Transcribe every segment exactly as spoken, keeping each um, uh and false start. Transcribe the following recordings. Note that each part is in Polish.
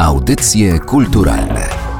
Audycje kulturalne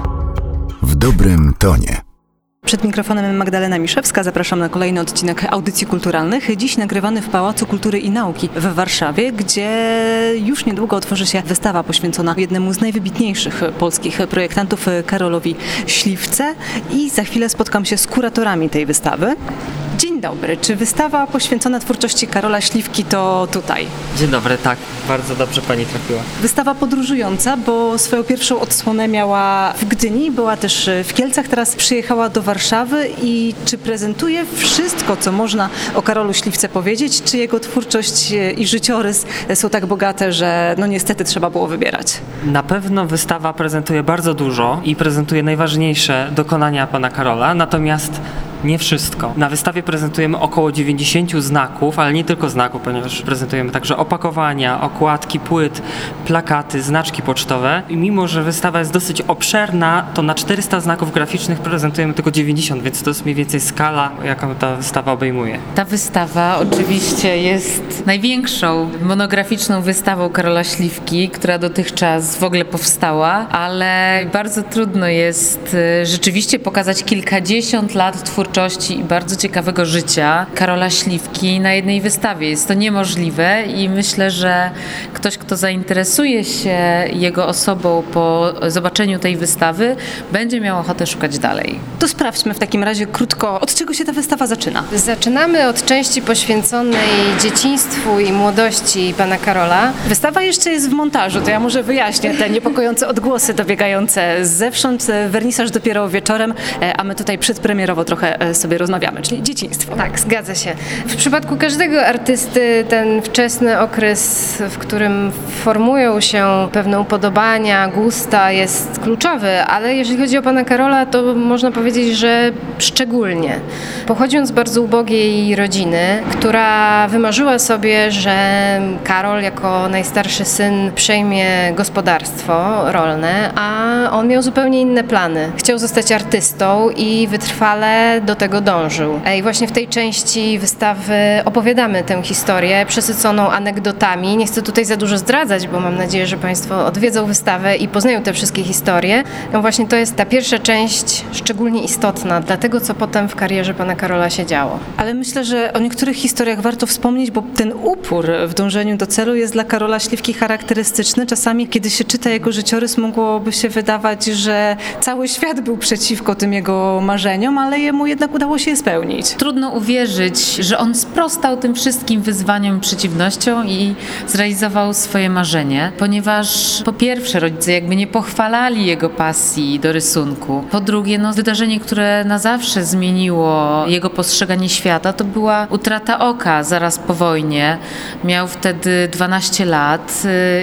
w dobrym tonie. Przed mikrofonem Magdalena Miszewska. Zapraszam na kolejny odcinek Audycji Kulturalnych. Dziś nagrywany w Pałacu Kultury i Nauki w Warszawie, gdzie już niedługo otworzy się wystawa poświęcona jednemu z najwybitniejszych polskich projektantów, Karolowi Śliwce. I za chwilę spotkam się z kuratorami tej wystawy. Dzień dobry. Czy wystawa poświęcona twórczości Karola Śliwki to tutaj? Dzień dobry, tak. Bardzo dobrze pani trafiła. Wystawa podróżująca, bo swoją pierwszą odsłonę miała w Gdyni, była też w Kielcach, teraz przyjechała do Warszawy. I czy prezentuje wszystko, co można o Karolu Śliwce powiedzieć, czy jego twórczość i życiorys są tak bogate, że no niestety trzeba było wybierać? Na pewno wystawa prezentuje bardzo dużo i prezentuje najważniejsze dokonania pana Karola, natomiast nie wszystko. Na wystawie prezentujemy około dziewięćdziesiąt znaków, ale nie tylko znaków, ponieważ prezentujemy także opakowania, okładki płyt, plakaty, znaczki pocztowe. I mimo, że wystawa jest dosyć obszerna, to na czterysta znaków graficznych prezentujemy tylko dziewięćdziesiąt, więc to jest mniej więcej skala, jaką ta wystawa obejmuje. Ta wystawa oczywiście jest największą monograficzną wystawą Karola Śliwki, która dotychczas w ogóle powstała, ale bardzo trudno jest rzeczywiście pokazać kilkadziesiąt lat twórczości i bardzo ciekawego życia Karola Śliwki na jednej wystawie. Jest to niemożliwe i myślę, że ktoś, kto zainteresuje się jego osobą po zobaczeniu tej wystawy, będzie miał ochotę szukać dalej. To sprawdźmy w takim razie krótko, od czego się ta wystawa zaczyna? Zaczynamy od części poświęconej dzieciństwu i młodości pana Karola. Wystawa jeszcze jest w montażu, to ja może wyjaśnię te niepokojące odgłosy dobiegające zewsząd. Wernisaż dopiero wieczorem, a my tutaj przedpremierowo trochę sobie rozmawiamy, czyli dzieciństwo. Tak, zgadza się. W przypadku każdego artysty ten wczesny okres, w którym formują się pewne upodobania, gusta, jest kluczowy, ale jeżeli chodzi o pana Karola, to można powiedzieć, że szczególnie. Pochodził z bardzo ubogiej rodziny, która wymarzyła sobie, że Karol jako najstarszy syn przejmie gospodarstwo rolne, a on miał zupełnie inne plany. Chciał zostać artystą i wytrwale do tego dążył. I właśnie w tej części wystawy opowiadamy tę historię przesyconą anegdotami. Nie chcę tutaj za dużo zdradzać, bo mam nadzieję, że państwo odwiedzą wystawę i poznają te wszystkie historie. No właśnie to jest ta pierwsza część szczególnie istotna dla tego, co potem w karierze pana Karola się działo. Ale myślę, że o niektórych historiach warto wspomnieć, bo ten upór w dążeniu do celu jest dla Karola Śliwki charakterystyczny. Czasami, kiedy się czyta jego życiorys, mogłoby się wydawać, że cały świat był przeciwko tym jego marzeniom, ale jemu jednak udało się je spełnić. Trudno uwierzyć, że on sprostał tym wszystkim wyzwaniom i przeciwnościom i zrealizował swoje marzenie, ponieważ po pierwsze rodzice jakby nie pochwalali jego pasji do rysunku. Po drugie, no wydarzenie, które na zawsze zmieniło jego postrzeganie świata, to była utrata oka zaraz po wojnie. Miał wtedy dwanaście lat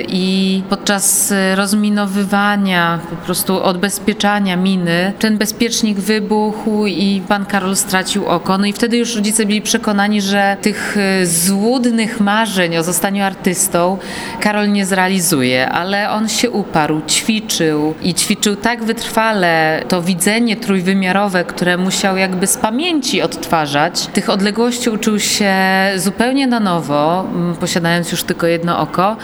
i podczas rozminowywania, po prostu odbezpieczania miny, ten bezpiecznik wybuchł i pan Karol stracił oko. No i wtedy już rodzice byli przekonani, że tych złudnych marzeń o zostaniu artystą Karol nie zrealizuje, ale on się uparł, ćwiczył i ćwiczył tak wytrwale to widzenie trójwymiarowe, które musiał jakby z pamięci odtwarzać. Tych odległości uczył się zupełnie na nowo, posiadając już tylko jedno oko,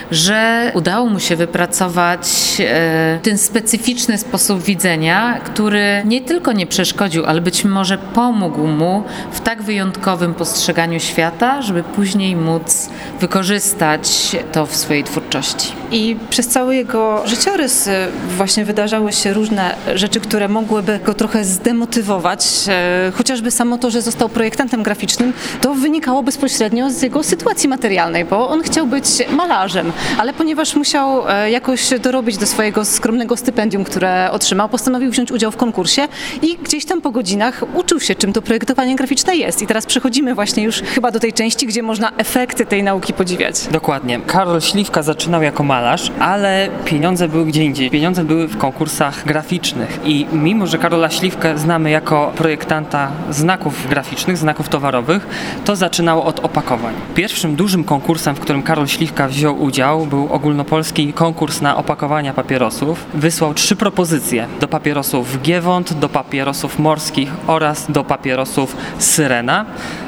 że udało mu się wypracować e, ten specyficzny sposób widzenia, który nie tylko nie przeszkodził, ale być może pomógł mu w tak wyjątkowym postrzeganiu świata, żeby później móc wykorzystać to w swojej twórczości. I przez cały jego życiorys właśnie wydarzały się różne rzeczy, które mogłyby go trochę zdemotywować. Chociażby samo to, że został projektantem graficznym, to wynikało bezpośrednio z jego sytuacji materialnej, bo on chciał być malarzem, ale ponieważ musiał jakoś dorobić do swojego skromnego stypendium, które otrzymał, postanowił wziąć udział w konkursie i gdzieś tam po godzinach uczył się, czym to projektowanie graficzne jest. I teraz przechodzimy właśnie już chyba do tej części, gdzie można efekty tej nauki podziwiać. Dokładnie. Karol Śliwka zaczynał jako malarz, ale pieniądze były gdzie indziej. Pieniądze były w konkursach graficznych i mimo, że Karola Śliwkę znamy jako projektanta znaków graficznych, znaków towarowych, to zaczynało od opakowań. Pierwszym dużym konkursem, w którym Karol Śliwka wziął udział, był ogólnopolski konkurs na opakowania papierosów. Wysłał trzy propozycje do papierosów Giewont, do papierosów morskich oraz do papierosów Syrena.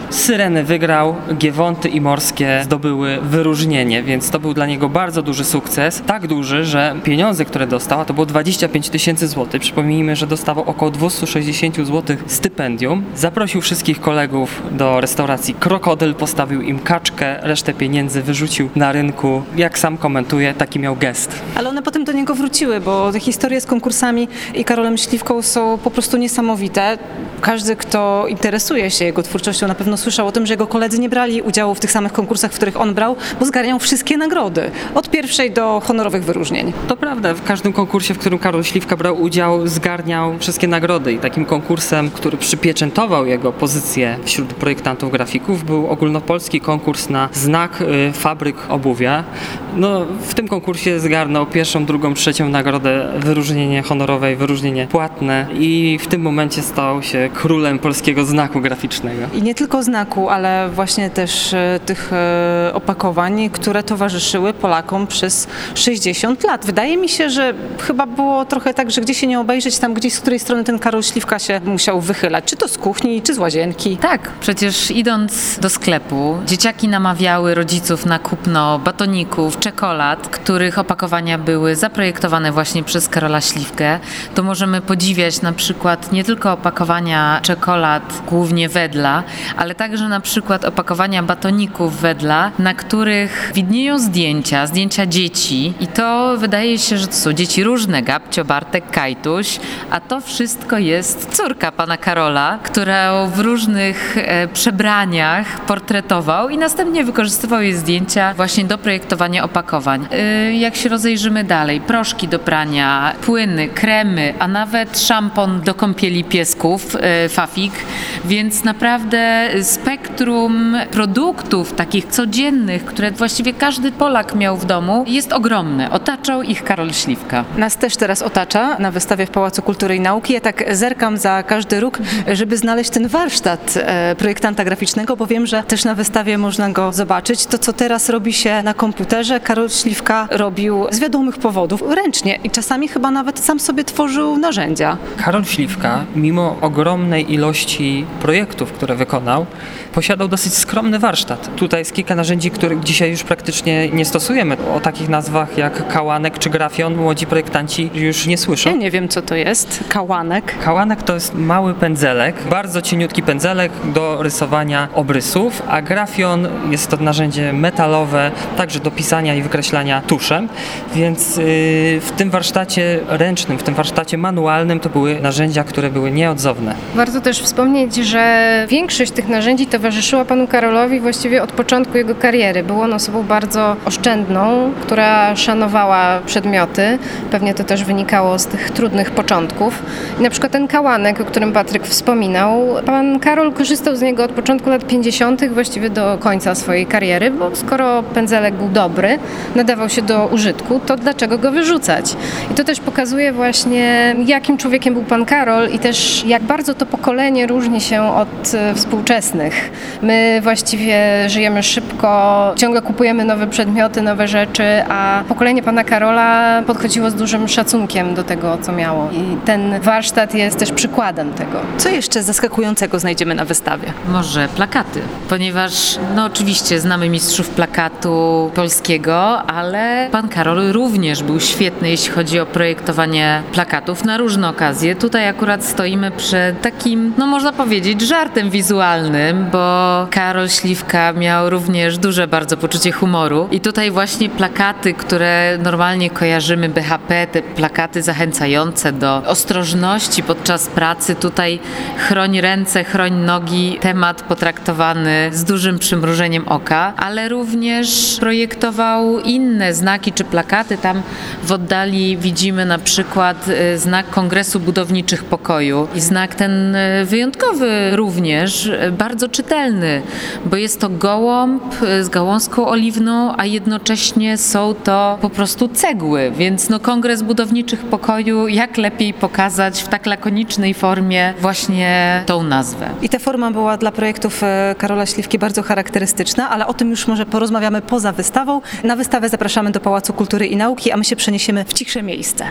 Syreny wygrał, Giewonty i Morskie zdobyły wyróżnienie, więc to był dla niego bardzo duży sukces. Tak duży, że pieniądze, które dostał, to było dwadzieścia pięć tysięcy złotych. Przypomnijmy, że dostawał około dwieście sześćdziesiąt złotych stypendium. Zaprosił wszystkich kolegów do restauracji Krokodyl, postawił im kaczkę, resztę pieniędzy wyrzucił na rynku. Jak sam komentuje, taki miał gest. Ale one potem do niego wróciły, bo te historie z konkursami i Karolem Śliwką są po prostu niesamowite. Każdy, kto interesuje się jego twórczością, na pewno słyszał o tym, że jego koledzy nie brali udziału w tych samych konkursach, w których on brał, bo zgarniał wszystkie nagrody. Od pierwszej do honorowych wyróżnień. To prawda, w każdym konkursie, w którym Karol Śliwka brał udział, zgarniał wszystkie nagrody i takim konkursem, który przypieczętował jego pozycję wśród projektantów grafików, był ogólnopolski konkurs na znak y, fabryk obuwia. No, w tym konkursie zgarnął pierwszą, drugą, trzecią nagrodę, wyróżnienie honorowe i wyróżnienie płatne i w tym momencie stał się królem polskiego znaku graficznego. I nie tylko znaku, ale właśnie też e, tych e, opakowań, które towarzyszyły Polakom przez sześćdziesiąt lat. Wydaje mi się, że chyba było trochę tak, że gdzie się nie obejrzeć, tam gdzieś z której strony ten Karol Śliwka się musiał wychylać. Czy to z kuchni, czy z łazienki. Tak, przecież idąc do sklepu, dzieciaki namawiały rodziców na kupno batoników, czekolad, których opakowania były zaprojektowane właśnie przez Karola Śliwkę. To możemy podziwiać na przykład nie tylko opakowania czekolad, głównie Wedla, ale także na przykład opakowania batoników Wedla, na których widnieją zdjęcia, zdjęcia dzieci i to wydaje się, że to są dzieci różne, Gabcio, Bartek, Kajtuś, a to wszystko jest córka pana Karola, którą w różnych e, przebraniach portretował i następnie wykorzystywał jej zdjęcia właśnie do projektowania opakowań. E, jak się rozejrzymy dalej, proszki do prania, płyny, kremy, a nawet szampon do kąpieli piesków, e, Fafik, więc naprawdę spektrum produktów takich codziennych, które właściwie każdy Polak miał w domu, jest ogromne. Otaczał ich Karol Śliwka. Nas też teraz otacza na wystawie w Pałacu Kultury i Nauki. Ja tak zerkam za każdy róg, żeby znaleźć ten warsztat e, projektanta graficznego, bo wiem, że też na wystawie można go zobaczyć. To, co teraz robi się na komputerze, Karol Śliwka robił z wiadomych powodów ręcznie i czasami chyba nawet sam sobie tworzył narzędzia. Karol Śliwka, mimo ogromnej ilości projektów, które wykonał, posiadał dosyć skromny warsztat. Tutaj jest kilka narzędzi, których dzisiaj już praktycznie nie stosujemy. O takich nazwach jak kałanek czy grafion młodzi projektanci już nie słyszą. Ja nie wiem, co to jest. Kałanek. Kałanek to jest mały pędzelek, bardzo cieniutki pędzelek do rysowania obrysów, a grafion jest to narzędzie metalowe, także do pisania i wykreślania tuszem, więc yy, w tym warsztacie ręcznym, w tym warsztacie manualnym to były narzędzia, które były nieodzowne. Warto też wspomnieć, że większość tych narzędzi towarzyszyła panu Karolowi właściwie od początku jego kariery. Był on osobą bardzo oszczędną, która szanowała przedmioty. Pewnie to też wynikało z tych trudnych początków. I na przykład ten kałanek, o którym Patryk wspominał, pan Karol korzystał z niego od początku lat pięćdziesiątych, właściwie do końca swojej kariery, bo skoro pędzelek był dobry, nadawał się do użytku, to dlaczego go wyrzucać? I to też pokazuje właśnie, jakim człowiekiem był pan Karol i też jak bardzo to pokolenie różni się od współczesnych. My właściwie żyjemy szybko, ciągle kupujemy nowe przedmioty, nowe rzeczy, a pokolenie pana Karola podchodziło z dużym szacunkiem do tego, co miało. I ten warsztat jest też przykładem tego. Co jeszcze zaskakującego znajdziemy na wystawie? Może plakaty, ponieważ no oczywiście znamy mistrzów plakatu polskiego, ale pan Karol również był świetny, jeśli chodzi o projektowanie plakatów na różne okazje. Tutaj akurat stoimy przed takim, no można powiedzieć, żartem wizualnym, bo Karol Śliwka miał również duże bardzo poczucie humoru i tutaj właśnie plakaty, które normalnie kojarzymy B H P, te plakaty zachęcające do ostrożności podczas pracy, tutaj chroń ręce, chroń nogi, temat potraktowany z dużym przymrużeniem oka, ale również projektował inne znaki czy plakaty. Tam w oddali widzimy na przykład znak Kongresu Budowniczych Pokoju i znak ten wyjątkowy również, bardzo czytelny, bo jest to gołąb z gałązką oliwną, a jednocześnie są to po prostu cegły, więc no Kongres Budowniczych Pokoju, jak lepiej pokazać w tak lakonicznej formie właśnie tą nazwę. I ta forma była dla projektów Karola Śliwki bardzo charakterystyczna, ale o tym już może porozmawiamy poza wystawą. Na wystawę zapraszamy do Pałacu Kultury i Nauki, a my się przeniesiemy w cichsze miejsce.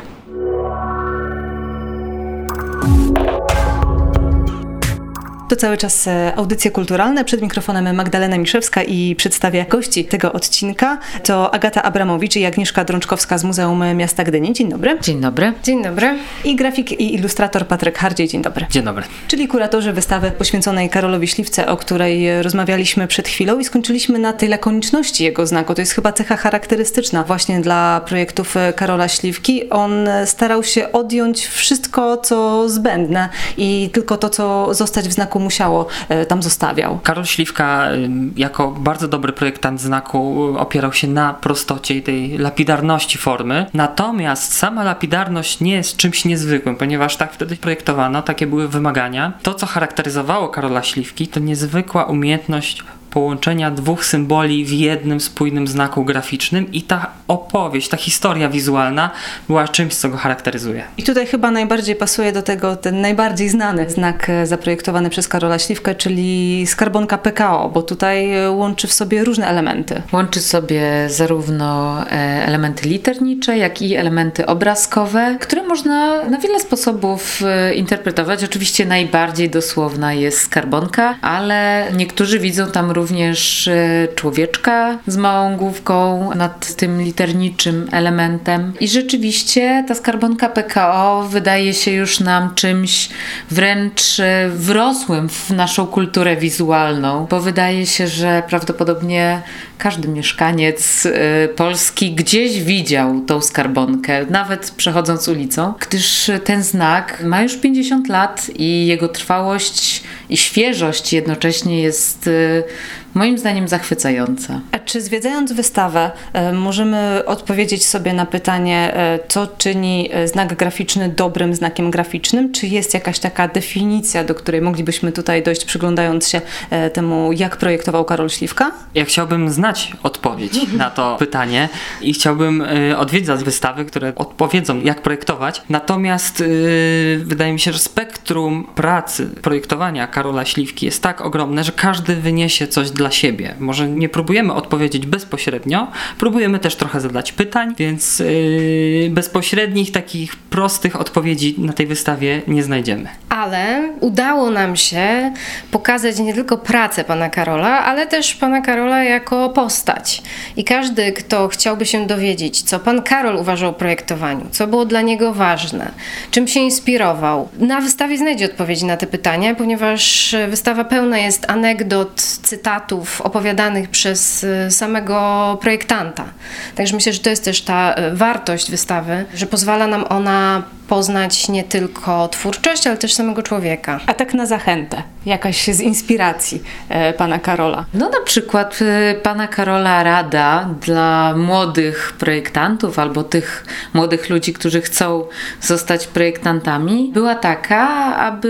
To cały czas audycje kulturalne. Przed mikrofonem Magdalena Miszewska i przedstawię gości tego odcinka. To Agata Abramowicz i Agnieszka Drączkowska z Muzeum Miasta Gdyni. Dzień dobry. Dzień dobry. Dzień dobry. I grafik i ilustrator Patryk Hardziej. Dzień dobry. Dzień dobry. Czyli kuratorzy wystawy poświęconej Karolowi Śliwce, o której rozmawialiśmy przed chwilą i skończyliśmy na tej lakoniczności jego znaku. To jest chyba cecha charakterystyczna właśnie dla projektów Karola Śliwki. On starał się odjąć wszystko, co zbędne i tylko to, co zostać w znaku musiało, tam zostawiał. Karol Śliwka jako bardzo dobry projektant znaku opierał się na prostocie i tej lapidarności formy. Natomiast sama lapidarność nie jest czymś niezwykłym, ponieważ tak wtedy projektowano, takie były wymagania. To, co charakteryzowało Karola Śliwki, to niezwykła umiejętność połączenia dwóch symboli w jednym spójnym znaku graficznym i ta opowieść, ta historia wizualna była czymś, co go charakteryzuje. I tutaj chyba najbardziej pasuje do tego ten najbardziej znany znak zaprojektowany przez Karola Śliwkę, czyli skarbonka P K O, bo tutaj łączy w sobie różne elementy. Łączy sobie zarówno elementy liternicze, jak i elementy obrazkowe, które można na wiele sposobów interpretować. Oczywiście najbardziej dosłowna jest skarbonka, ale niektórzy widzą tam również również człowieczka z małą główką nad tym literniczym elementem. I rzeczywiście ta skarbonka P K O wydaje się już nam czymś wręcz wrosłym w naszą kulturę wizualną, bo wydaje się, że prawdopodobnie każdy mieszkaniec Polski gdzieś widział tą skarbonkę, nawet przechodząc ulicą, gdyż ten znak ma już pięćdziesiąt lat i jego trwałość i świeżość jednocześnie jest moim zdaniem zachwycająca. A czy zwiedzając wystawę e, możemy odpowiedzieć sobie na pytanie, e, co czyni znak graficzny dobrym znakiem graficznym? Czy jest jakaś taka definicja, do której moglibyśmy tutaj dojść, przyglądając się e, temu, jak projektował Karol Śliwka? Ja chciałbym znać odpowiedź na to pytanie i chciałbym y, odwiedzać wystawy, które odpowiedzą, jak projektować. Natomiast y, wydaje mi się, że spektrum pracy, projektowania Karola Śliwki jest tak ogromne, że każdy wyniesie coś dla siebie. Może nie próbujemy odpowiedzieć bezpośrednio, próbujemy też trochę zadać pytań, więc yy, bezpośrednich, takich prostych odpowiedzi na tej wystawie nie znajdziemy. Ale udało nam się pokazać nie tylko pracę pana Karola, ale też pana Karola jako postać. I każdy, kto chciałby się dowiedzieć, co pan Karol uważał o projektowaniu, co było dla niego ważne, czym się inspirował, na wystawie znajdzie odpowiedzi na te pytania, ponieważ wystawa pełna jest anegdot, cytatów opowiadanych przez samego projektanta. Także myślę, że to jest też ta wartość wystawy, że pozwala nam ona poznać nie tylko twórczość, ale też samego człowieka. A tak na zachętę, jakaś z inspiracji e, pana Karola. No na przykład y, pana Karola rada dla młodych projektantów albo tych młodych ludzi, którzy chcą zostać projektantami, była taka, aby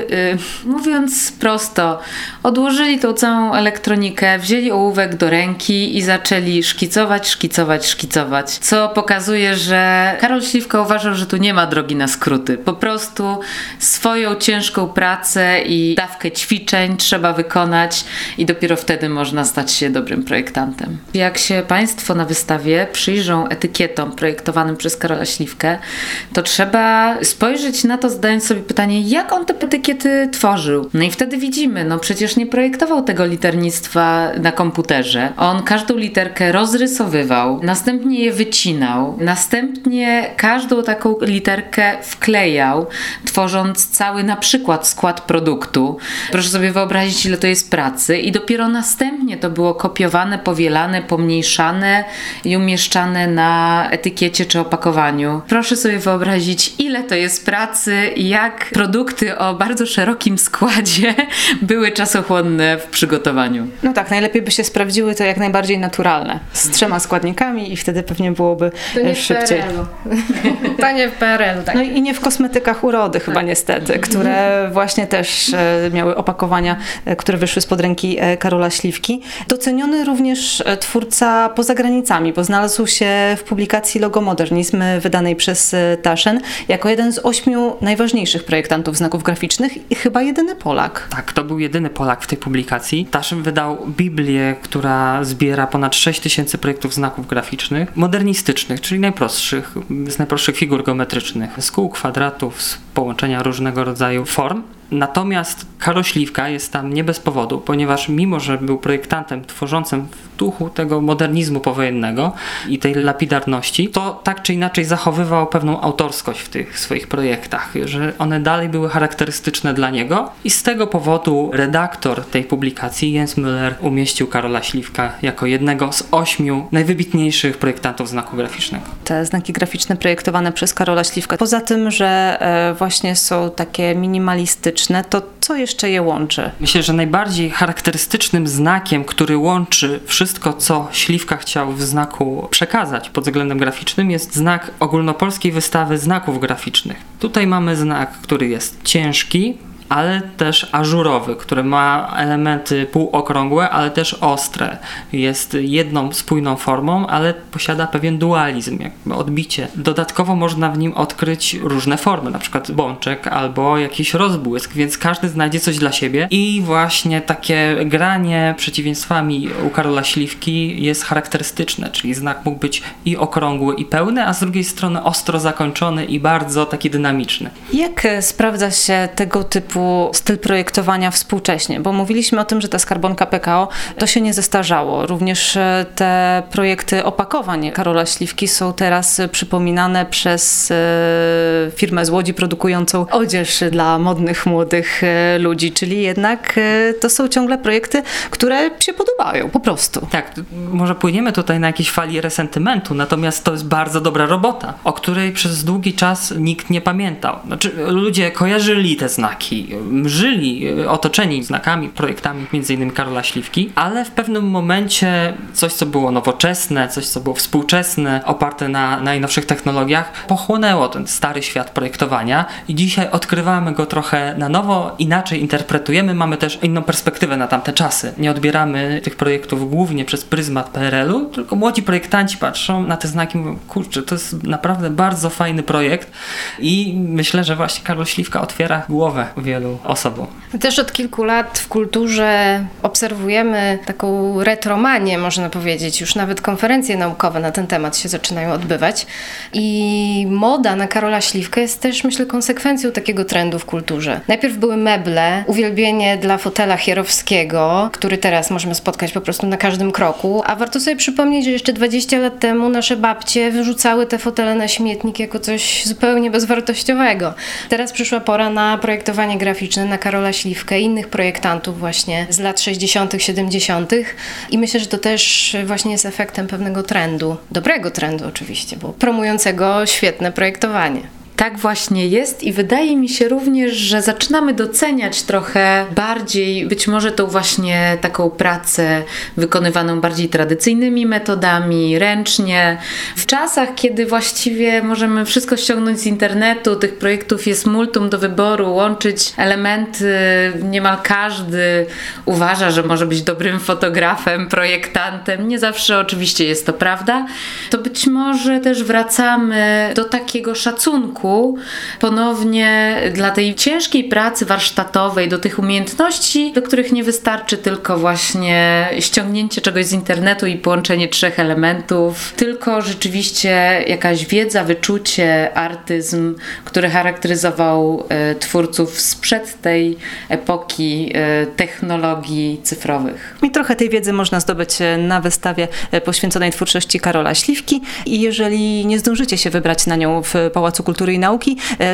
y, mówiąc prosto, odłożyli tą całą elektronikę, wzięli ołówek do ręki i zaczęli szkicować, szkicować, szkicować, co pokazuje, że Karol Śliwka uważał, że tu nie ma drogi na skróty. Po prostu swoją ciężką pracę i dawkę ćwiczeń trzeba wykonać i dopiero wtedy można stać się dobrym projektantem. Jak się Państwo na wystawie przyjrzą etykietom projektowanym przez Karola Śliwkę, to trzeba spojrzeć na to, zadając sobie pytanie, jak on te etykiety tworzył. No i wtedy widzimy, no przecież nie projektował tego liternictwa na komputerze. On każdą literkę rozrysowywał, następnie je wycinał, następnie każdą taką literkę wklejał, tworząc cały na przykład skład produktu. Proszę sobie wyobrazić, ile to jest pracy i dopiero następnie to było kopiowane, powielane, pomniejszane i umieszczane na etykiecie czy opakowaniu. Proszę sobie wyobrazić, ile to jest pracy i jak produkty o bardzo szerokim składzie były czasochłonne w przygotowaniu. No tak, najlepiej by się sprawdziły to jak najbardziej naturalne, z trzema składnikami i wtedy pewnie byłoby to nie szybciej. W P R L-u. To nie w P R L-u, tak. No i nie w kosmetykach urody chyba niestety, które właśnie też e, miały opakowania, e, które wyszły spod ręki e, Karola Śliwki. Doceniony również e, twórca poza granicami, bo znalazł się w publikacji Logomodernizm wydanej przez e, Taschen jako jeden z ośmiu najważniejszych projektantów znaków graficznych i chyba jedyny Polak. Tak, to był jedyny Polak w tej publikacji. Taschen wydał Biblię, która zbiera ponad sześć tysięcy projektów znaków graficznych, modernistycznych, czyli najprostszych, z najprostszych figur geometrycznych, z kół, kwadratów, z połączenia różnego rodzaju form. Natomiast Karol Śliwka jest tam nie bez powodu, ponieważ mimo, że był projektantem tworzącym w duchu tego modernizmu powojennego i tej lapidarności, to tak czy inaczej zachowywał pewną autorskość w tych swoich projektach, że one dalej były charakterystyczne dla niego i z tego powodu redaktor tej publikacji, Jens Müller, umieścił Karola Śliwka jako jednego z ośmiu najwybitniejszych projektantów znaku graficznego. Te znaki graficzne projektowane przez Karola Śliwka, poza tym, że e, właśnie są takie minimalistyczne, to co jeszcze je łączy? Myślę, że najbardziej charakterystycznym znakiem, który łączy wszystko, co Śliwka chciał w znaku przekazać pod względem graficznym, jest znak ogólnopolskiej wystawy znaków graficznych. Tutaj mamy znak, który jest ciężki, ale też ażurowy, który ma elementy półokrągłe, ale też ostre. Jest jedną spójną formą, ale posiada pewien dualizm, jakby odbicie. Dodatkowo można w nim odkryć różne formy, na przykład bączek albo jakiś rozbłysk, więc każdy znajdzie coś dla siebie i właśnie takie granie przeciwieństwami u Karola Śliwki jest charakterystyczne, czyli znak mógł być i okrągły i pełny, a z drugiej strony ostro zakończony i bardzo taki dynamiczny. Jak sprawdza się tego typu styl projektowania współcześnie? Bo mówiliśmy o tym, że ta skarbonka P K O to się nie zestarzało. Również te projekty opakowań Karola Śliwki są teraz przypominane przez firmę z Łodzi produkującą odzież dla modnych, młodych ludzi, czyli jednak to są ciągle projekty, które się podobają, po prostu. Tak, może płyniemy tutaj na jakiejś fali resentymentu, natomiast to jest bardzo dobra robota, o której przez długi czas nikt nie pamiętał. Znaczy, ludzie kojarzyli te znaki, żyli otoczeni znakami, projektami między innymi Karola Śliwki, ale w pewnym momencie coś, co było nowoczesne, coś, co było współczesne, oparte na najnowszych technologiach, pochłonęło ten stary świat projektowania i dzisiaj odkrywamy go trochę na nowo, inaczej interpretujemy, mamy też inną perspektywę na tamte czasy. Nie odbieramy tych projektów głównie przez pryzmat P R L u, tylko młodzi projektanci patrzą na te znaki i mówią, kurczę, to jest naprawdę bardzo fajny projekt i myślę, że właśnie Karol Śliwka otwiera głowę wielu osobom. Też od kilku lat w kulturze obserwujemy taką retromanię, można powiedzieć. Już nawet konferencje naukowe na ten temat się zaczynają odbywać. I moda na Karola Śliwkę jest też, myślę, konsekwencją takiego trendu w kulturze. Najpierw były meble, uwielbienie dla fotela Chierowskiego, który teraz możemy spotkać po prostu na każdym kroku. A warto sobie przypomnieć, że jeszcze dwadzieścia lat temu nasze babcie wyrzucały te fotele na śmietnik jako coś zupełnie bezwartościowego. Teraz przyszła pora na projektowanie graficzne, na Karola Śliwkę i innych projektantów właśnie z lat sześćdziesiątych, siedemdziesiątych i myślę, że to też właśnie jest efektem pewnego trendu, dobrego trendu oczywiście, bo promującego świetne projektowanie. Tak właśnie jest i wydaje mi się również, że zaczynamy doceniać trochę bardziej być może tą właśnie taką pracę wykonywaną bardziej tradycyjnymi metodami, ręcznie. W czasach, kiedy właściwie możemy wszystko ściągnąć z internetu, tych projektów jest multum do wyboru, łączyć elementy, niemal każdy uważa, że może być dobrym fotografem, projektantem. Nie zawsze oczywiście jest to prawda. To być może też wracamy do takiego szacunku ponownie dla tej ciężkiej pracy warsztatowej, do tych umiejętności, do których nie wystarczy tylko właśnie ściągnięcie czegoś z internetu i połączenie trzech elementów, tylko rzeczywiście jakaś wiedza, wyczucie, artyzm, który charakteryzował e, twórców sprzed tej epoki e, technologii cyfrowych. I trochę tej wiedzy można zdobyć na wystawie poświęconej twórczości Karola Śliwki i jeżeli nie zdążycie się wybrać na nią w Pałacu Kultury i Nauki,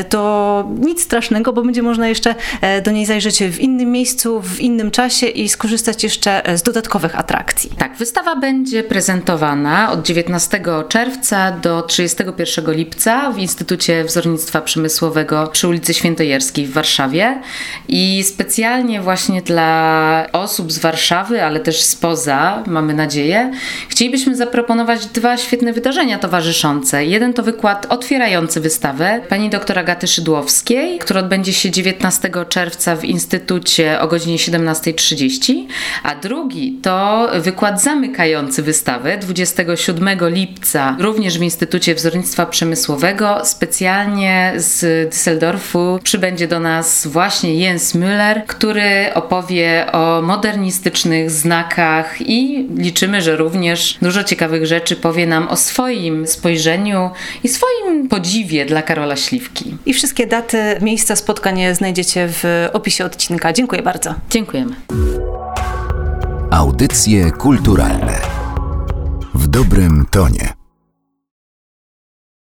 to nic strasznego, bo będzie można jeszcze do niej zajrzeć w innym miejscu, w innym czasie i skorzystać jeszcze z dodatkowych atrakcji. Tak, wystawa będzie prezentowana od dziewiętnastego czerwca do trzydziestego pierwszego lipca w Instytucie Wzornictwa Przemysłowego przy ulicy Świętojerskiej w Warszawie i specjalnie właśnie dla osób z Warszawy, ale też spoza, mamy nadzieję, chcielibyśmy zaproponować dwa świetne wydarzenia towarzyszące. Jeden to wykład otwierający wystawę pani dr Agaty Szydłowskiej, który odbędzie się dziewiętnastego czerwca w Instytucie o godzinie siedemnasta trzydzieści, a drugi to wykład zamykający wystawę dwudziestego siódmego lipca, również w Instytucie Wzornictwa Przemysłowego. Specjalnie z Düsseldorfu przybędzie do nas właśnie Jens Müller, który opowie o modernistycznych znakach i liczymy, że również dużo ciekawych rzeczy powie nam o swoim spojrzeniu i swoim podziwie dla Karola Śliwki. I wszystkie daty, miejsca spotkań znajdziecie w opisie odcinka. Dziękuję bardzo. Dziękujemy. Audycje kulturalne w dobrym tonie.